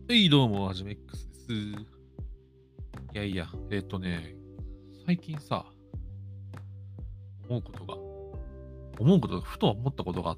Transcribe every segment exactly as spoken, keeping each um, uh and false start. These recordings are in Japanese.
はい、どうも、はじめ X です。いやいや、えっとね、最近さ、思うことが、思うことが、ふと思ったことがあって、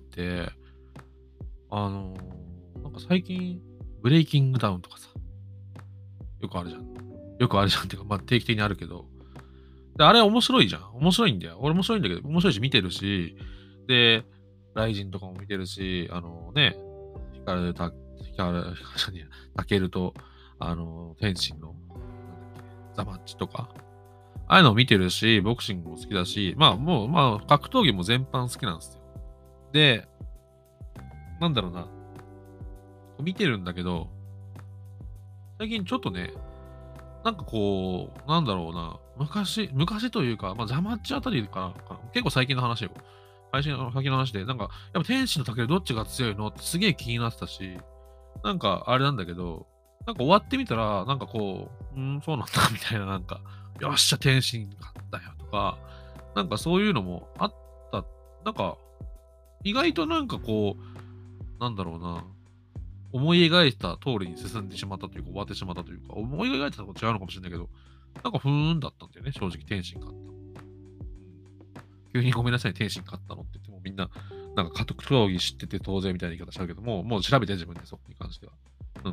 あのーなんか最近、ブレイキングダウンとかさ、よくあるじゃん。よくあるじゃんっていうか、まあ定期的にあるけど、で、あれ面白いじゃん。面白いんだよ。俺面白いんだけど、面白いし見てるし、で、ライジンとかも見てるし、あのね、ヒカルた、ヒカル、ヒカルじゃねえや、タケルと、あの、天心の、なんだっけ、ザマッチとか、ああいうのを見てるし、ボクシングも好きだし、まあもう、まあ格闘技も全般好きなんですよ。で、なんだろうな、見てるんだけど、最近ちょっとね、なんかこう、なんだろうな、昔、昔というか、まあザマッチあたりかな、かな結構最近の話よ。配信の先の話で、なんか、やっぱ天使のタケルどっちが強いのってすげえ気になってたし、なんかあれなんだけど、なんか終わってみたら、なんかこう、うーん、そうなんだみたいな、なんか、よっしゃ、天心勝ったよとか、なんかそういうのもあった、なんか、意外となんかこう、なんだろうな、思い描いた通りに進んでしまったというか、終わってしまったというか、思い描いてたこと違うのかもしれないけど、なんかふーんだったんだよね、正直、天心勝った。うん、急にごめんなさい、天心勝ったのって言っても、みんな、なんか格闘技知ってて当然みたいな言い方しちゃうけども、もう調べて自分でそこに関しては。うん。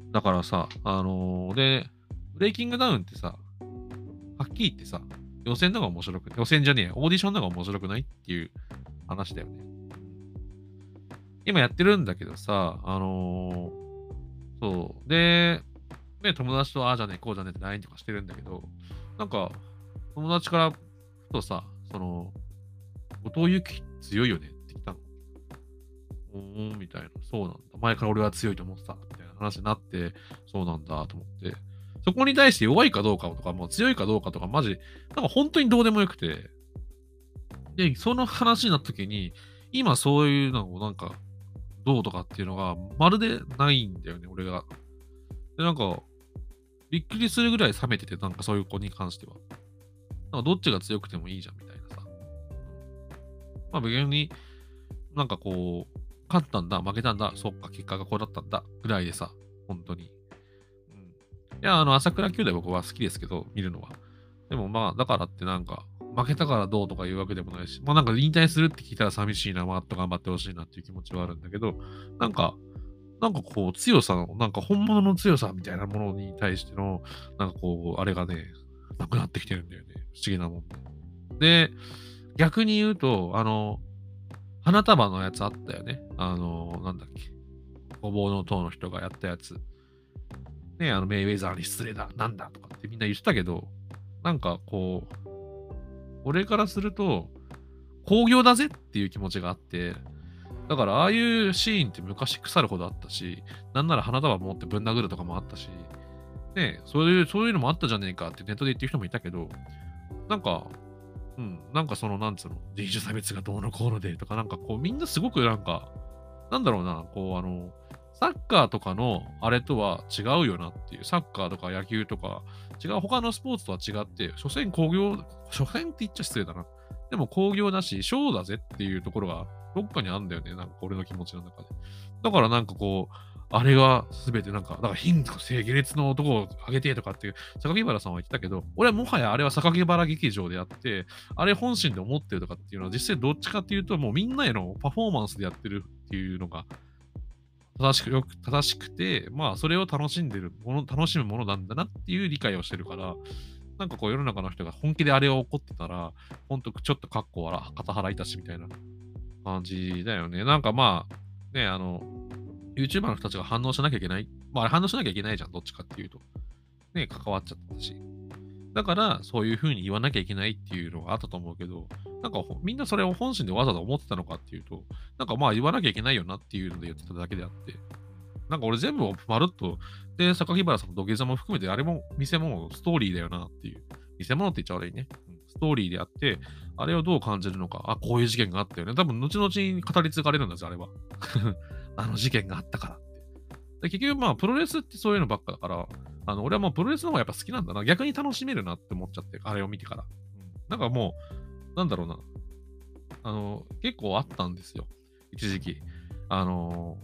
だからさ、あのーで、ブレイキングダウンってさ、はっきり言ってさ、予選の方が面白く、予選じゃねえや、オーディションの方が面白くないっていう話だよね。今やってるんだけどさ、あのーそう。で、ね、友達とああじゃねえ、こうじゃねえって ライン とかしてるんだけど、なんか、友達からふとさ、その、後藤幸強いよねって言ったの。おーみたいな。そうなんだ。前から俺は強いと思ってた。みたいな話になって、そうなんだと思って。そこに対して弱いかどうかとか、もう強いかどうかとか、マジ、なんか本当にどうでもよくて。で、その話になった時に、今そういうのをなんか、どうとかっていうのが、まるでないんだよね、俺が。で、なんか、びっくりするぐらい冷めてて、なんかそういう子に関しては。なんかどっちが強くてもいいじゃんみたいなさ。まあ別になんかこう、勝ったんだ、負けたんだ、そっか、結果がこうだったんだ、ぐらいでさ、本当に。うん。いや、あの、朝倉兄弟僕は好きですけど、見るのは。でもまあ、だからってなんか、負けたからどうとかいうわけでもないし、まあなんか引退するって聞いたら寂しいな、まあ、あと頑張ってほしいなっていう気持ちはあるんだけど、なんか、なんかこう、強さの、なんか本物の強さみたいなものに対しての、なんかこう、あれがね、なくなってきてるんだよね。不思議なもんで。で、逆に言うと、あの、花束のやつあったよね。あの、なんだっけ。ごぼうの塔の人がやったやつ。ね、あの、メイウェザーに失礼だ、なんだとかってみんな言ってたけど、なんかこう、俺からすると、興行だぜっていう気持ちがあって、だからああいうシーンって昔腐るほどあったし、なんなら花束持ってぶん殴るとかもあったし、ね、そういう、そういうのもあったじゃねえかってネットで言ってる人もいたけど、なんか、うん、なんかその、なんつうの、人種差別がどうのこうのでとか、なんかこう、みんなすごくなんか、なんだろうな、こう、あの、サッカーとかのあれとは違うよなっていう、サッカーとか野球とか、違う、他のスポーツとは違って、所詮工業、所詮って言っちゃ失礼だな。でも工業だし、ショーだぜっていうところが、どっかにあるんだよね、なんか俺の気持ちの中で。だからなんかこう、あれが全てなんか、だから貧と性下劣の男をあげてとかっていう、榊原さんは言ってたけど、俺はもはやあれは榊原劇場であって、あれ本心で思ってるとかっていうのは、実際どっちかっていうと、もうみんなへのパフォーマンスでやってるっていうのが正しくよく、正しくて、まあ、それを楽しんでるもの、楽しむものなんだなっていう理解をしてるから、なんかこう世の中の人が本気であれを怒ってたら、ほんとちょっとカッコ笑、肩払いたしみたいな感じだよね。なんかまあ、ね、あの、YouTuber の人たちが反応しなきゃいけない。まあ、あれ反応しなきゃいけないじゃん、どっちかっていうと。ね、関わっちゃったし。だから、そういう風に言わなきゃいけないっていうのがあったと思うけど、なんかほみんなそれを本心でわざわざ思ってたのかっていうと、なんかまあ言わなきゃいけないよなっていうので言ってただけであって、なんか俺全部をまるっと、で、榊原さんの土下座も含めて、あれも見せ物、ストーリーだよなっていう。見せ物って言っちゃ悪いね。うん、ストーリーであって、あれをどう感じるのか、あ、こういう事件があったよね。多分、後々に語り継がれるんですよ、あれは。あの事件があったからって。で結局、まあ、プロレスってそういうのばっかだから、あの、俺はもうプロレスの方がやっぱ好きなんだな。逆に楽しめるなって思っちゃって、あれを見てから。うん、なんかもう、なんだろうな。あの、結構あったんですよ。一時期。あの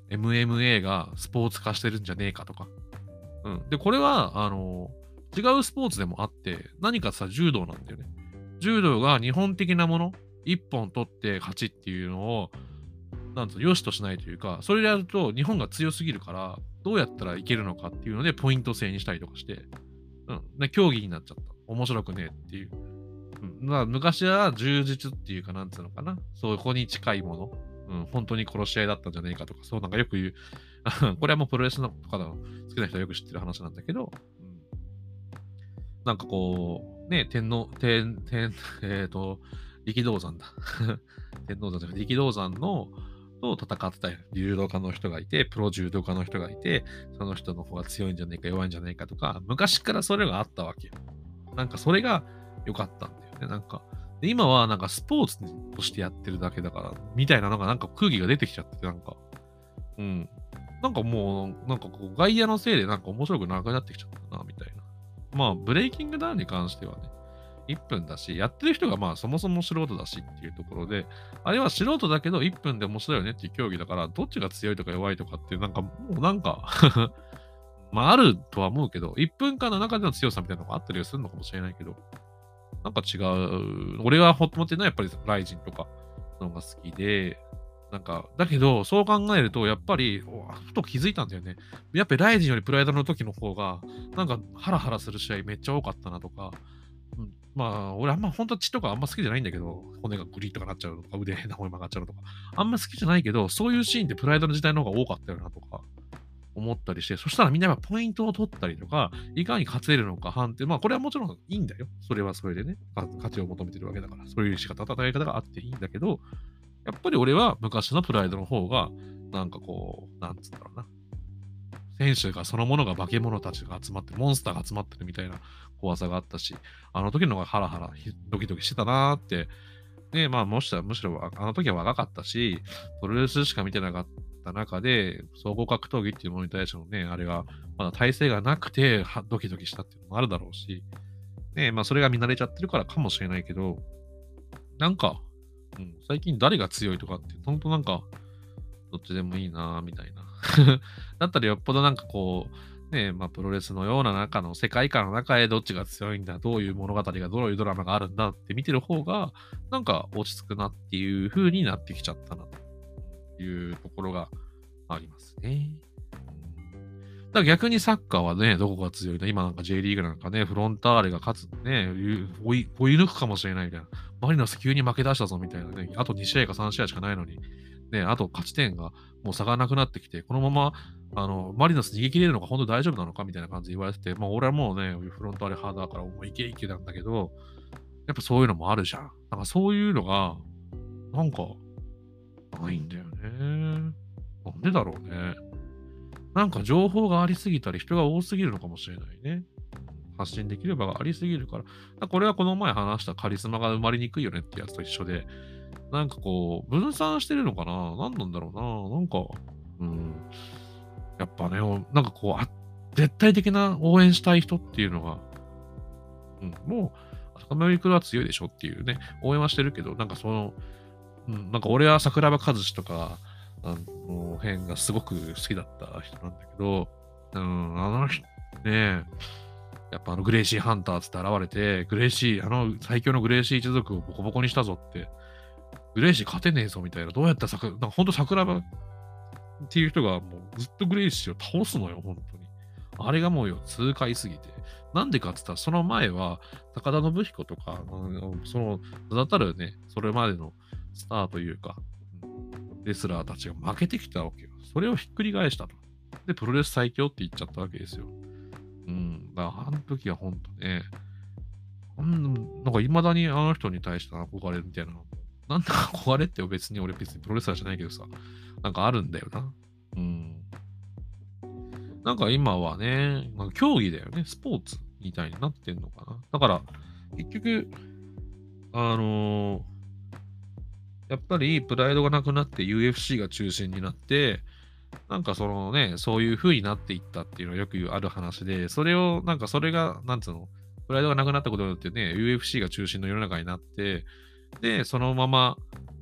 エムエムエー がスポーツ化してるんじゃねえかとか。うん。で、これは、あの、違うスポーツでもあって、何かさ、柔道なんだよね。柔道が日本的なもの、一本取って勝ちっていうのを、なんつうの、良しとしないというか、それでやると日本が強すぎるから、どうやったらいけるのかっていうので、ポイント制にしたりとかして、うん。で、競技になっちゃった。面白くねえっていう。うん。まあ、昔は柔術っていうか、なんつうのかな。そこに近いもの。うん。本当に殺し合いだったんじゃねえかとか、そうなんかよく言う。これはもうプロレスの方の好きな人はよく知ってる話なんだけど、うん、なんかこう、ね、天皇、天、天、えっ、と、力道山だ。天王山じゃなくて力道山の、と戦ってた柔道家の人がいて、プロ柔道家の人がいて、その人の方が強いんじゃねえか弱いんじゃねえかとか、昔からそれがあったわけよ。なんかそれが良かったんだよね。なんか、で今はなんかスポーツとしてやってるだけだから、みたいなのがなんか空気が出てきちゃってて、なんか、うん。なんかもう、なんかこう、外野のせいでなんか面白くなくなってきちゃったな、みたいな。まあ、ブレイキングダウンに関してはね、いっぷんだし、やってる人がまあそもそも素人だしっていうところで、あれは素人だけどいっぷんで面白いよねっていう競技だから、どっちが強いとか弱いとかっていう、なんかもうなんかまああるとは思うけど、いっぷんかんの中での強さみたいなのがあったりはするのかもしれないけど、なんか違う。俺はほっともってのはやっぱりライジンとかのが好きで、なんか、だけど、そう考えると、やっぱり、ふと気づいたんだよね。やっぱりライジンよりプライドの時の方が、なんかハラハラする試合めっちゃ多かったなとか、うん、まあ、俺あんま本当血とかあんま好きじゃないんだけど、骨がグリッとかなっちゃうのとか、腕の方に曲がっちゃうのとか、あんま好きじゃないけど、そういうシーンってプライドの時代の方が多かったよなとか、思ったりして、そしたらみんなやっぱポイントを取ったりとか、いかに勝てるのか判定、まあこれはもちろんいいんだよ。それはそれでね、勝ちを求めてるわけだから、そういう仕方、戦い方があっていいんだけど、やっぱり俺は昔のプライドの方が、なんかこう、なんつうんだろうな。選手がそのものが化け物たちが集まってる、モンスターが集まってるみたいな怖さがあったし、あの時の方がハラハラ、ドキドキしてたなーって。で、まあ、もしむしろあの時は若かったし、プロレスしか見てなかった中で、総合格闘技っていうものに対してのね、あれが、まだ体制がなくて、ドキドキしたっていうのもあるだろうし、ね、まあ、それが見慣れちゃってるからかもしれないけど、なんか、うん、最近誰が強いとかって、ほんとなんか、どっちでもいいなぁ、みたいな。だったらよっぽどなんかこう、ね、まあプロレスのような中の世界観の中でどっちが強いんだ、どういう物語が、どういうドラマがあるんだって見てる方が、なんか落ち着くなっていう風になってきちゃったなというところがありますね。だから逆にサッカーはね、どこが強いんだ、今なんか J リーグなんかね、フロンターレが勝つね、追い、追い抜くかもしれないみたいな。マリノス急に負け出したぞみたいなね、あとに試合かさん試合しかないのに、ね、あと勝ち点がもう差がなくなってきて、このまま、あの、マリノス逃げ切れるのか、本当大丈夫なのかみたいな感じで言われてて、まあ俺はもうね、フロンターレ派だからもういけいけなんだけど、やっぱそういうのもあるじゃん。なんかそういうのが、なんか、ないんだよね。なんでだろうね。なんか情報がありすぎたり、人が多すぎるのかもしれないね。発信できる場がありすぎるから。からこれはこの前話したカリスマが生まれにくいよねってやつと一緒で、なんかこう、分散してるのかな。何なんだろうな。なんか、うん。やっぱね、なんかこう、あ絶対的な応援したい人っていうのが、うん、もう、赤間由来は強いでしょっていうね、応援はしてるけど、なんかその、うん、なんか俺は桜庭和志とか、あの辺がすごく好きだった人なんだけど、うん、あの人ね、やっぱあのグレイシーハンターつって現れて、グレイシー、あの最強のグレイシー一族をボコボコにしたぞって、グレイシー勝てねえぞみたいな、どうやったら桜、なんかほんと桜庭っていう人がもうずっとグレイシーを倒すのよ、本当に。あれがもうよ、痛快すぎて。なんでかって言ったら、その前は、高田信彦とか、その、名だたるね、それまでのスターというか、レスラーたちが負けてきたわけよ。それをひっくり返したと。で、プロレス最強って言っちゃったわけですよ。うん。だから、あの時はほんとね、うん、なんか未だにあの人に対して憧れるみたいな。なんだか憧れって別に俺別にプロレスラーじゃないけどさ、なんかあるんだよな。うん。なんか今はね、まあ、競技だよね。スポーツみたいになってんのかな。だから、結局、あのーやっぱりプライドがなくなって ユーエフシー が中心になって、なんかそのね、そういう風になっていったっていうのはよくある話で、それを、なんかそれが、なんつうの、プライドがなくなったことによってね、ユーエフシー が中心の世の中になって、で、そのまま、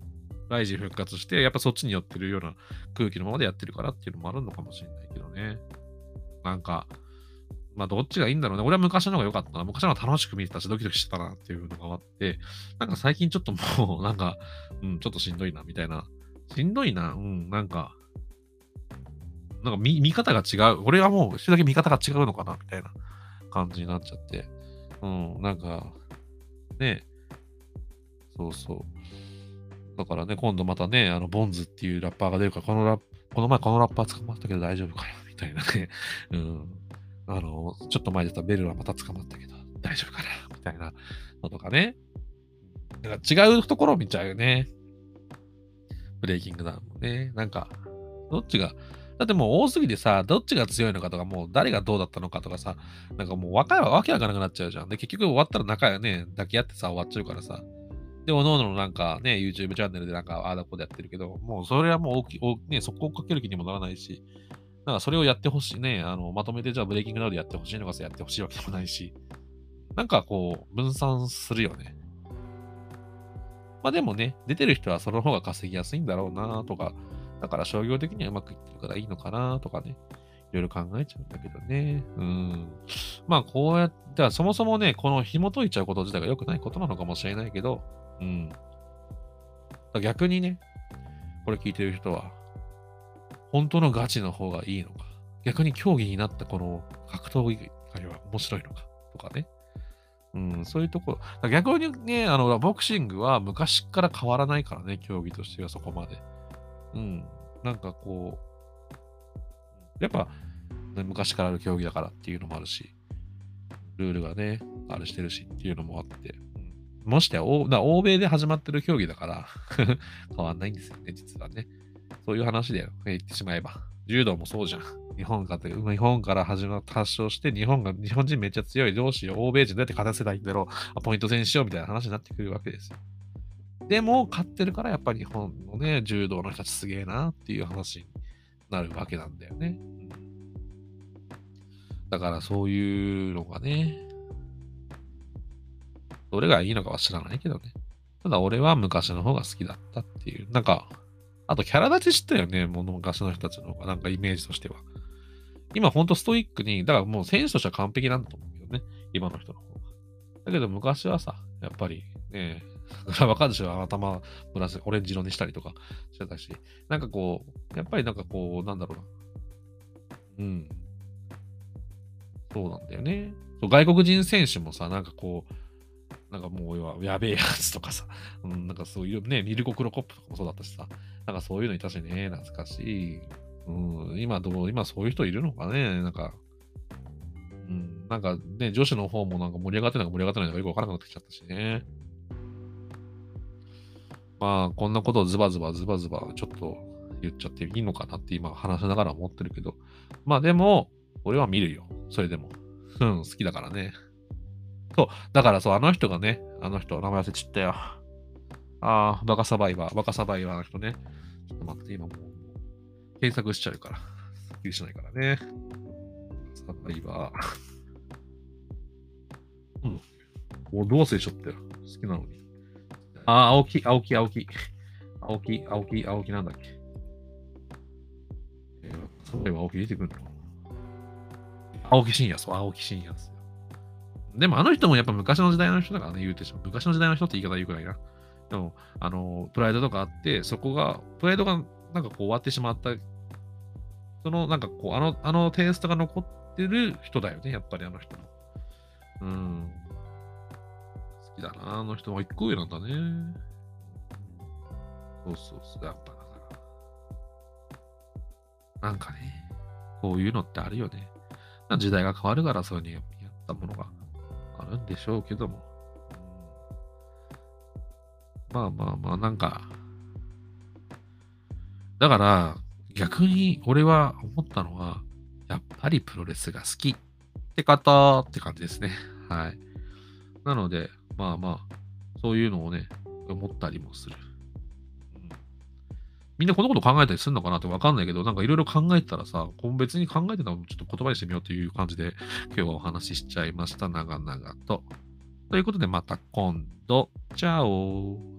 ライジン復活して、やっぱそっちに寄ってるような空気のままでやってるからっていうのもあるのかもしれないけどね。なんか、まあどっちがいいんだろうね。俺は昔の方が良かったな。昔の方が楽しく見てたし、ドキドキしてたなっていうのがあって、なんか最近ちょっともう、なんか、うん、ちょっとしんどいな、みたいな。しんどいな、うん、なんか、なんか見見方が違う。俺はもう一人だけ見方が違うのかな、みたいな感じになっちゃって。うん、なんか、ね、そうそう。だからね、今度またね、あの、ボンズっていうラッパーが出るから、このラップ、この前このラッパー捕まったけど大丈夫かよ、みたいなね。うん。あの、ちょっと前で言ったベルはまた捕まったけど大丈夫かな、みたいなのとかね。だから違うところを見ちゃうよね。ブレイキングダウンもね。なんか、どっちが、だってもう多すぎてさ、どっちが強いのかとか、もう誰がどうだったのかとかさ、なんかもうわかわけわからなくなっちゃうじゃん。で、結局終わったら仲がね、抱き合ってさ、終わっちゃうからさ。で、おのおののなんかね、YouTube チャンネルでなんか、ああだこうでやってるけど、もうそれはもう大きい、大ね、そこをかける気にもならないし、なんかそれをやってほしいね、あの、まとめてじゃあブレイキングダウンでやってほしいのかさ、やってほしいわけでもないし、なんかこう、分散するよね。まあでもね、出てる人はその方が稼ぎやすいんだろうなとか、だから商業的にはうまくいってるからいいのかなとかね、いろいろ考えちゃうんだけどね。うん。まあこうやって、はそもそもね、この紐解いちゃうこと自体が良くないことなのかもしれないけど、うん。逆にね、これ聞いてる人は、本当のガチの方がいいのか、逆に競技になったこの格闘技界は面白いのかとかね。うん、そういうところ。逆にね、あの、ボクシングは昔から変わらないからね、競技としてはそこまで。うん。なんかこう、やっぱ、ね昔からある競技だからっていうのもあるし、ルールがね、あれしてるしっていうのもあって、うん、もしてや欧だ欧米で始まってる競技だから変わんないんですよね、実はね。そういう話だよ、言ってしまえば。柔道もそうじゃん。日本かって、日本から始まった発祥して、日本が、日本人めっちゃ強い、どうしよう、欧米人どうやって勝たせたいんだろう、ポイント戦しようみたいな話になってくるわけですよ。でも、勝ってるから、やっぱり日本のね、柔道の人たちすげえなっていう話になるわけなんだよね。うん、だからそういうのがね、どれがいいのかは知らないけどね。ただ俺は昔の方が好きだったっていう。なんか、あとキャラ立ち知ったよね、もう昔の人たちの方が、なんかイメージとしては。今ほんとストイックに、だからもう選手としては完璧なんだと思うけどね、今の人の方が。だけど昔はさ、やっぱりね、わかるでしょ、頭ブラス、オレンジ色にしたりとかしてたし、なんかこう、やっぱりなんかこう、なんだろうな。うん。そうなんだよね。そう外国人選手もさ、なんかこう、なんかもうやべえやつとかさ、うん、なんかそういうね、ミルコ・クロコップとかもそうだったしさ、なんかそういうのいたしね、懐かしい。うん、今どう、今そういう人いるのかね、なんか、うん、なんかね、女子の方もなんか盛り上がってるのか盛り上がってないのかよくわからなくなってきちゃったしね。まあ、こんなことをズバズバズバズバちょっと言っちゃっていいのかなって今話しながら思ってるけど、まあでも、俺は見るよ。それでも。うん、好きだからね。そう。だからそう、あの人がね、あの人、名前忘れちゃったよ。ああ、バカサバイバー、バカサバイバーの人ね。ちょっと待って、今もう、検索しちゃうから。すっきりしないからね。サバイバー。うん。もうどう忘れちゃったよ。好きなのに。ああ、青木、青木、青木。青木、青木、青木なんだっけ。えー、サバイバー青木出てくるの青木真也、そう、青木真也ですよ。でもあの人もやっぱ昔の時代の人だからね、言うてしまう。昔の時代の人って言い方言うくらいな。でも、あの、プライドとかあって、そこが、プライドがなんかこう終わってしまった、そのなんかこう、あの、あのテイストが残ってる人だよね、やっぱりあの人も。うん。好きだな、あの人は一個上なんだね。そうそうそう、やっぱだから。なんかね、こういうのってあるよね。時代が変わるからそういうにやったものがあるんでしょうけども。うん、まあまあまあ、なんか、だから、逆に俺は思ったのは、やっぱりプロレスが好きって方って感じですね。はい。なので、まあまあ、そういうのをね、思ったりもする。うん、みんなこのこと考えたりするのかなってわかんないけど、なんかいろいろ考えてたらさ、こう別に考えてたのをちょっと言葉にしてみようという感じで、今日はお話ししちゃいました。長々と。ということで、また今度。チャオ